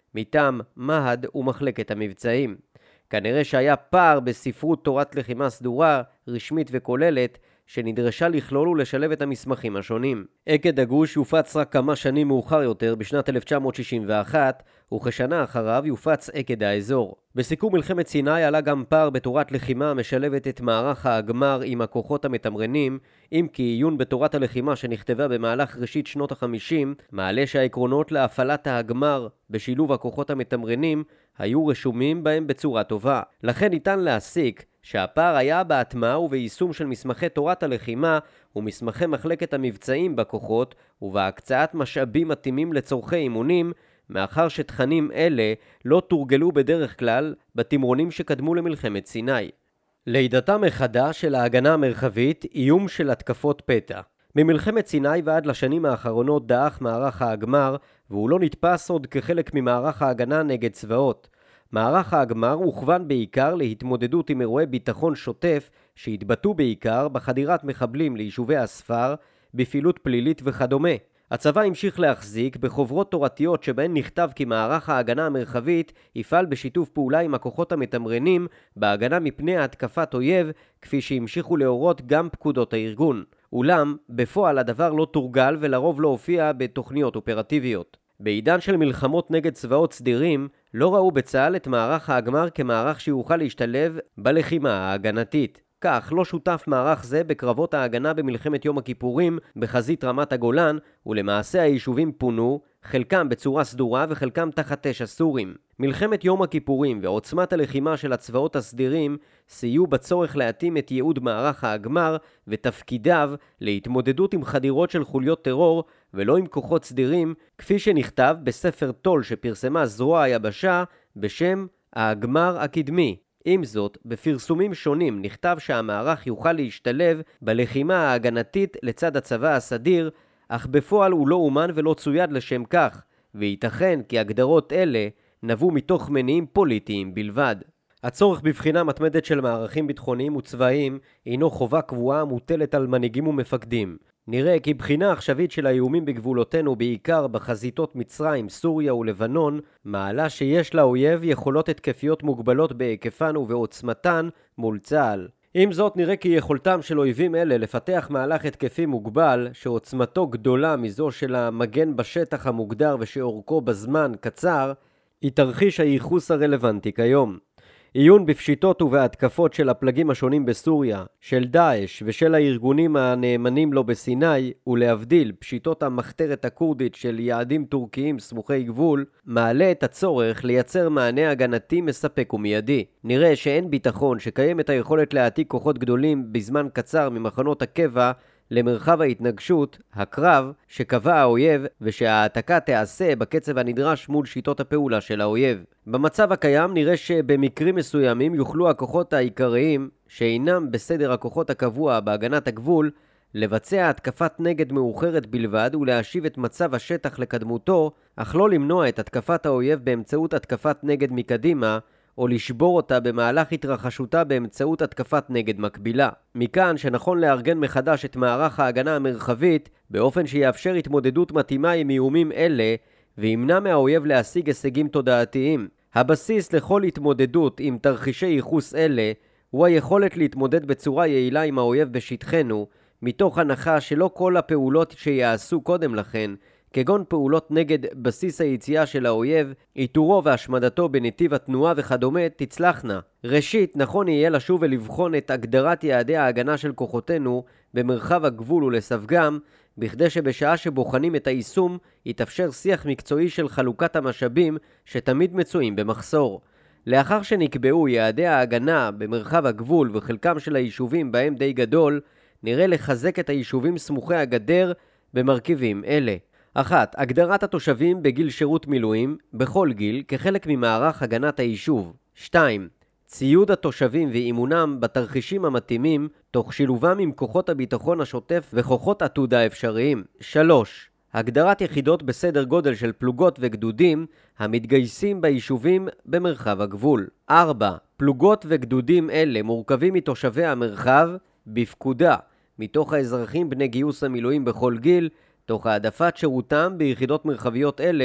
מטעם מהד ומחלקת המבצעים. כנראה שהיה פער בספרות תורת לחימה סדורה, רשמית וכוללת, שנדרשה לכלול ולשלב את המסמכים השונים. עקד הגוש יופץ רק כמה שנים מאוחר יותר בשנת אלף תשע מאות שישים ואחת, וכשנה אחריו יופץ עקד האזור. בסיכום מלחמת סיני עלה גם פער בתורת לחימה המשלבת את מערך האגמר עם הכוחות המתמרנים, אם כי עיון בתורת הלחימה שנכתבה במהלך ראשית שנות החמישים, מעלה שהעקרונות להפעלת האגמר בשילוב הכוחות המתמרנים היו רשומים בהם בצורה טובה. לכן ניתן להסיק שהפער היה בהטמעה וביישום של מסמכי תורת הלחימה ומסמכי מחלקת המבצעים בכוחות ובהקצאת משאבים מתאימים לצורכי אימונים, מאחר שתכנים אלה לא תורגלו בדרך כלל בתמרונים שקדמו למלחמת סיני. לידתה מחדש של ההגנה המרחבית, איום של התקפות פתע. ממלחמת סיני ועד לשנים האחרונות דעך מערך האגמר, והוא לא נתפס עוד כחלק ממערך ההגנה נגד צבאות. מערך האגמר הוכוון בעיקר להתמודדות עם אירועי ביטחון שוטף שהתבטאו בעיקר בחדירת מחבלים ליישובי הספר, בפעילות פלילית וכדומה. הצבא המשיך להחזיק בחוברות תורתיות שבהן נכתב כי מערך ההגנה המרחבית יפעל בשיתוף פעולה עם הכוחות המתמרנים בהגנה מפני התקפת אויב, כפי שהמשיכו להורות גם פקודות הארגון. אולם, בפועל הדבר לא תורגל ולרוב לא הופיע בתוכניות אופרטיביות. בעידן של מלחמות נגד צבאות סדירים, לא ראו בצה"ל את מערך האגמר כמערך שיוכל להשתלב בלחימה ההגנתית. כך לא שותף מערך זה בקרבות ההגנה במלחמת יום הכיפורים בחזית רמת הגולן, ולמעשה היישובים פונו, חלקם בצורה סדורה וחלקם תחת אש הסורים. מלחמת יום הכיפורים ועוצמת הלחימה של הצבאות הסדירים סייעו בצורך להתאים את ייעוד מערך האגמר ותפקידיו להתמודדות עם חדירות של חוליות טרור ולא עם כוחות סדירים, כפי שנכתב בספר תול שפרסמה זרוע היבשה בשם האגמר הקדמי. עם זאת, בפרסומים שונים נכתב שהמערך יוכל להשתלב בלחימה ההגנתית לצד הצבא הסדיר, אך בפועל הוא לא אומן ולא צויד לשם כך, וייתכן כי הגדרות אלה נבעו מתוך מניעים פוליטיים בלבד. הצורך בבחינה מתמדת של מערכים ביטחוניים וצבאיים הינו חובה קבועה מוטלת על מנהיגים ומפקדים. נראה כי בחינה עכשווית של האיומים בגבולותינו, בעיקר בחזיתות מצרים, סוריה ולבנון, מעלה שיש לאויב יכולות התקפיות מוגבלות בהיקפן ובעוצמתן מול צה"ל. עם זאת, נראה כי יכולתם של אויבים אלה לפתח מהלך התקפי מוגבל שעוצמתו גדולה מזו של המגן בשטח המוגדר ושאורכו בזמן קצר, היא תרחיש הייחוס הרלוונטי כיום. עיון בפשיטות ובהתקפות של הפלגים השונים בסוריה, של דאעש ושל הארגונים הנאמנים לו בסיני, ולהבדיל פשיטות המחתרת הקורדית של יעדים טורקיים סמוכי גבול, מעלה את הצורך לייצר מענה הגנתי מספק ומיידי. נראה שאין ביטחון שקיימת היכולת להעתיק כוחות גדולים בזמן קצר ממחנות הקבע למרחב ההתנגשות, הקרב, שקבע האויב, ושההעתקה תיעשה בקצב הנדרש מול שיטות הפעולה של האויב. במצב הקיים נראה שבמקרים מסוימים יוכלו הכוחות העיקריים, שאינם בסדר הכוחות הקבוע בהגנת הגבול, לבצע התקפת נגד מאוחרת בלבד ולהשיב את מצב השטח לקדמותו, אך לא למנוע את התקפת האויב באמצעות התקפת נגד מקדימה, או לשבור אותה במהלך התרחשותה באמצעות התקפת נגד מקבילה. מכאן שנכון לארגן מחדש את מערך ההגנה המרחבית באופן שיאפשר התמודדות מתאימה עם איומים אלה וימנע מהאויב להשיג הישגים תודעתיים. הבסיס לכל התמודדות עם תרחישי ייחוס אלה הוא היכולת להתמודד בצורה יעילה עם האויב בשטחנו, מתוך הנחה שלא כל הפעולות שיעשו קודם לכן, כגון פעולות נגד בסיס היציאה של האויב, איתורו והשמדתו בנתיב התנועה וכדומה, תצלחנה. ראשית, נכון יהיה לשוב ולבחון את הגדרת יעדי ההגנה של כוחותינו במרחב הגבול ולספגם, בכדי שבשעה שבוחנים את היישום, יתאפשר שיח מקצועי של חלוקת המשאבים שתמיד מצויים במחסור. לאחר שנקבעו יעדי ההגנה במרחב הגבול וחלקם של היישובים בהם די גדול, נראה לחזק את היישובים סמוכי הגדר במרכיבים אלה. אחת. הגדרת התושבים בגיל שירות מילואים בכל גיל כחלק ממערך הגנת היישוב. שתיים. ציוד התושבים ואימונם בתרחישים המתאימים תוך שילובם עם כוחות הביטחון השוטף וכוחות עתודה אפשריים. שלוש. הגדרת יחידות בסדר גודל של פלוגות וגדודים המתגייסים ביישובים במרחב הגבול. ארבע. פלוגות וגדודים אלה מורכבים מתושבי המרחב בפקודה מתוך האזרחים בני גיוס המילואים בכל גיל, תוך העדפת שירותם ביחידות מרחביות אלה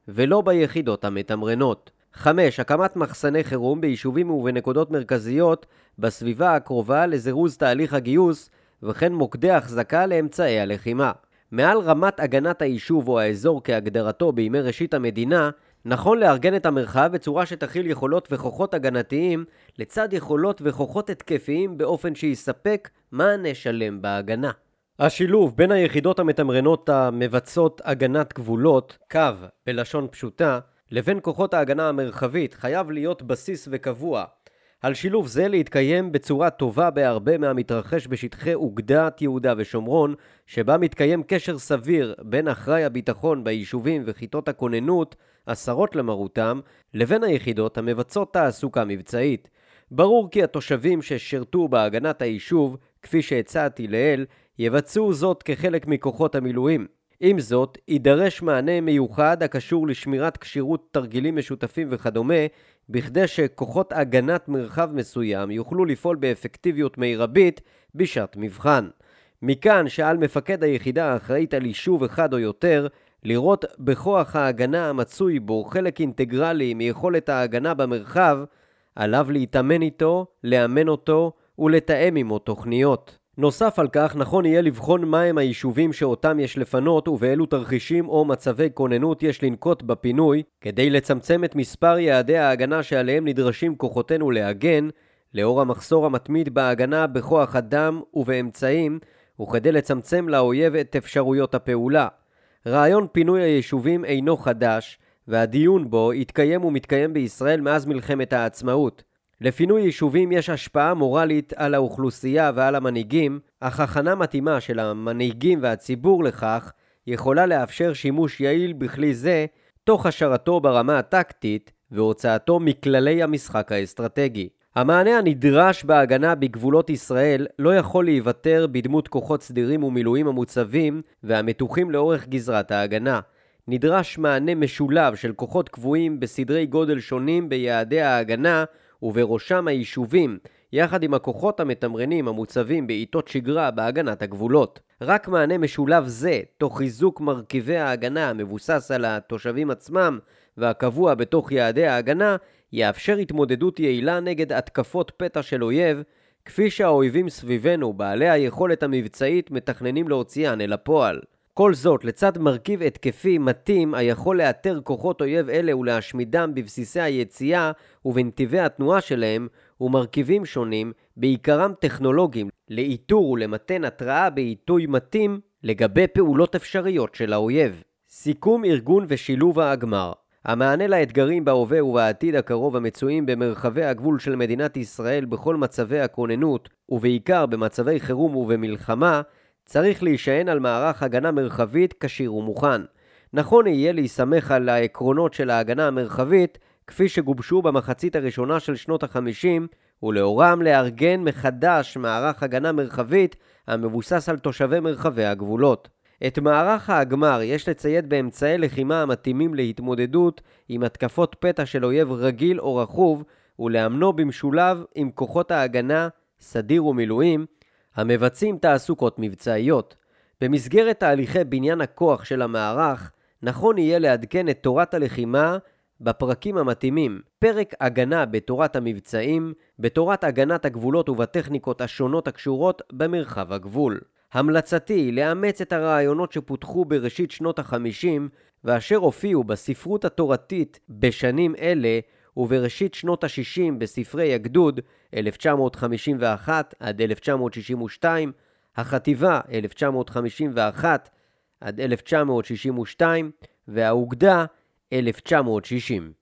ולא ביחידות המתמרנות. חמש. הקמת מחסני חירום ביישובים ובנקודות מרכזיות בסביבה הקרובה לזירוז תהליך הגיוס וכן מוקדי החזקה לאמצעי הלחימה. מעל רמת הגנת היישוב או האזור כהגדרתו בימי ראשית המדינה, נכון לארגן את המרחב בצורה שתכיל יכולות וכוחות הגנתיים לצד יכולות וכוחות התקפיים באופן שיספק מענה שלם בהגנה. השילוב בין היחידות המתמרנות המבצעות הגנת גבולות, קו בלשון פשוטה, לבין כוחות ההגנה המרחבית חייב להיות בסיס וקבוע. על שילוב זה להתקיים בצורה טובה בהרבה מהמתרחש בשטחי אוגדת יהודה ושומרון, שבה מתקיים קשר סביר בין אחראי הביטחון ביישובים וכיתות הכוננות, עשרות למרותם, לבין היחידות המבצעות תעסוקה מבצעית. ברור כי התושבים ששרתו בהגנת היישוב, כפי שהצעתי לעיל, יבצעו זאת כחלק מכוחות המילואים. עם זאת, יידרש מענה מיוחד הקשור לשמירת כשירות תרגילים משותפים וכדומה, בכדי שכוחות הגנת מרחב מסוים יוכלו לפעול באפקטיביות מרבית בשעת מבחן. מכאן שעל מפקד היחידה האחראית על יישוב אחד או יותר, לראות בכוח ההגנה המצוי בו חלק אינטגרלי מיכולת ההגנה במרחב, עליו להתאמן איתו, לאמן אותו ולתאם עמו תוכניות. נוסף על כך, נכון יהיה לבחון מהם היישובים שאותם יש לפנות ובאילו תרחישים או מצבי כוננות יש לנקוט בפינוי, כדי לצמצם את מספר יעדי ההגנה שעליהם נדרשים כוחותינו להגן, לאור המחסור המתמיד בהגנה בכוח אדם ובאמצעים, וכדי לצמצם לאויב את אפשרויות הפעולה. רעיון פינוי היישובים אינו חדש, והדיון בו התקיים ומתקיים בישראל מאז מלחמת העצמאות. לפינוי יישובים יש השפעה מורלית על האוכלוסייה ועל המנהיגים, אך הכנה מתאימה של המנהיגים והציבור לכך יכולה לאפשר שימוש יעיל בכלי זה, תוך השארתו ברמה הטקטית והוצאתו מכללי המשחק האסטרטגי. המענה הנדרש בהגנה בגבולות ישראל לא יכול להיוותר בדמות כוחות סדירים ומילואים המוצבים והמתוחים לאורך גזרת ההגנה. נדרש מענה משולב של כוחות קבועים בסדרי גודל שונים ביעדי ההגנה ובראשם היישובים, יחד עם הכוחות המתמרנים המוצבים בעיתות שגרה בהגנת הגבולות. רק מענה משולב זה, תוך חיזוק מרכיבי ההגנה המבוסס על התושבים עצמם והקבוע בתוך יעדי ההגנה, יאפשר התמודדות יעילה נגד התקפות פתע של אויב, כפי שהאויבים סביבנו בעלי היכולת המבצעית מתכננים להוציאן אל הפועל. כל זאת לצד מרכיב התקפי מתאים היכול לאתר כוחות אויב אלה ולהשמידם בבסיסי היציאה ובנתיבי התנועה שלהם, ומרכיבים שונים, בעיקרם טכנולוגיים, לאיתור ולמתן התראה בעיתוי מתאים לגבי פעולות אפשריות של האויב. סיכום ארגון ושילוב ההגמר. המענה לאתגרים בהווה ובעתיד הקרוב המצויים במרחבי הגבול של מדינת ישראל בכל מצבי הכוננות, ובעיקר במצבי חירום ובמלחמה, צריך להישען על מערך הגנה מרחבית כשיר ומוכן. נכון יהיה להיסמך על העקרונות של ההגנה המרחבית, כפי שגובשו במחצית הראשונה של שנות החמישים, ולאורם לארגן מחדש מערך הגנה מרחבית המבוסס על תושבי מרחבי הגבולות. את מערך ההגמר יש לצייד באמצעי לחימה המתאימים להתמודדות עם התקפות פתע של אויב רגיל או רכוב, ולאמנו במשולב עם כוחות ההגנה, סדיר ומילואים, המבצעים תעסוקות מבצעיות. במסגרת תהליכי בניין הכוח של המערך, נכון יהיה לעדכן את תורת הלחימה בפרקים המתאימים. פרק הגנה בתורת המבצעים, בתורת הגנת הגבולות ובטכניקות השונות הקשורות במרחב הגבול. המלצתי היא לאמץ את הרעיונות שפותחו בראשית שנות החמישים, ואשר הופיעו בספרות התורתית בשנים אלה, ובראשית שנות ה-שישים בספרי הגדוד אלף תשע מאות חמישים ואחת עד אלף תשע מאות שישים ושתיים, החטיבה אלף תשע מאות חמישים ואחת עד אלף תשע מאות שישים ושתיים, והאוגדה אלף תשע מאות שישים.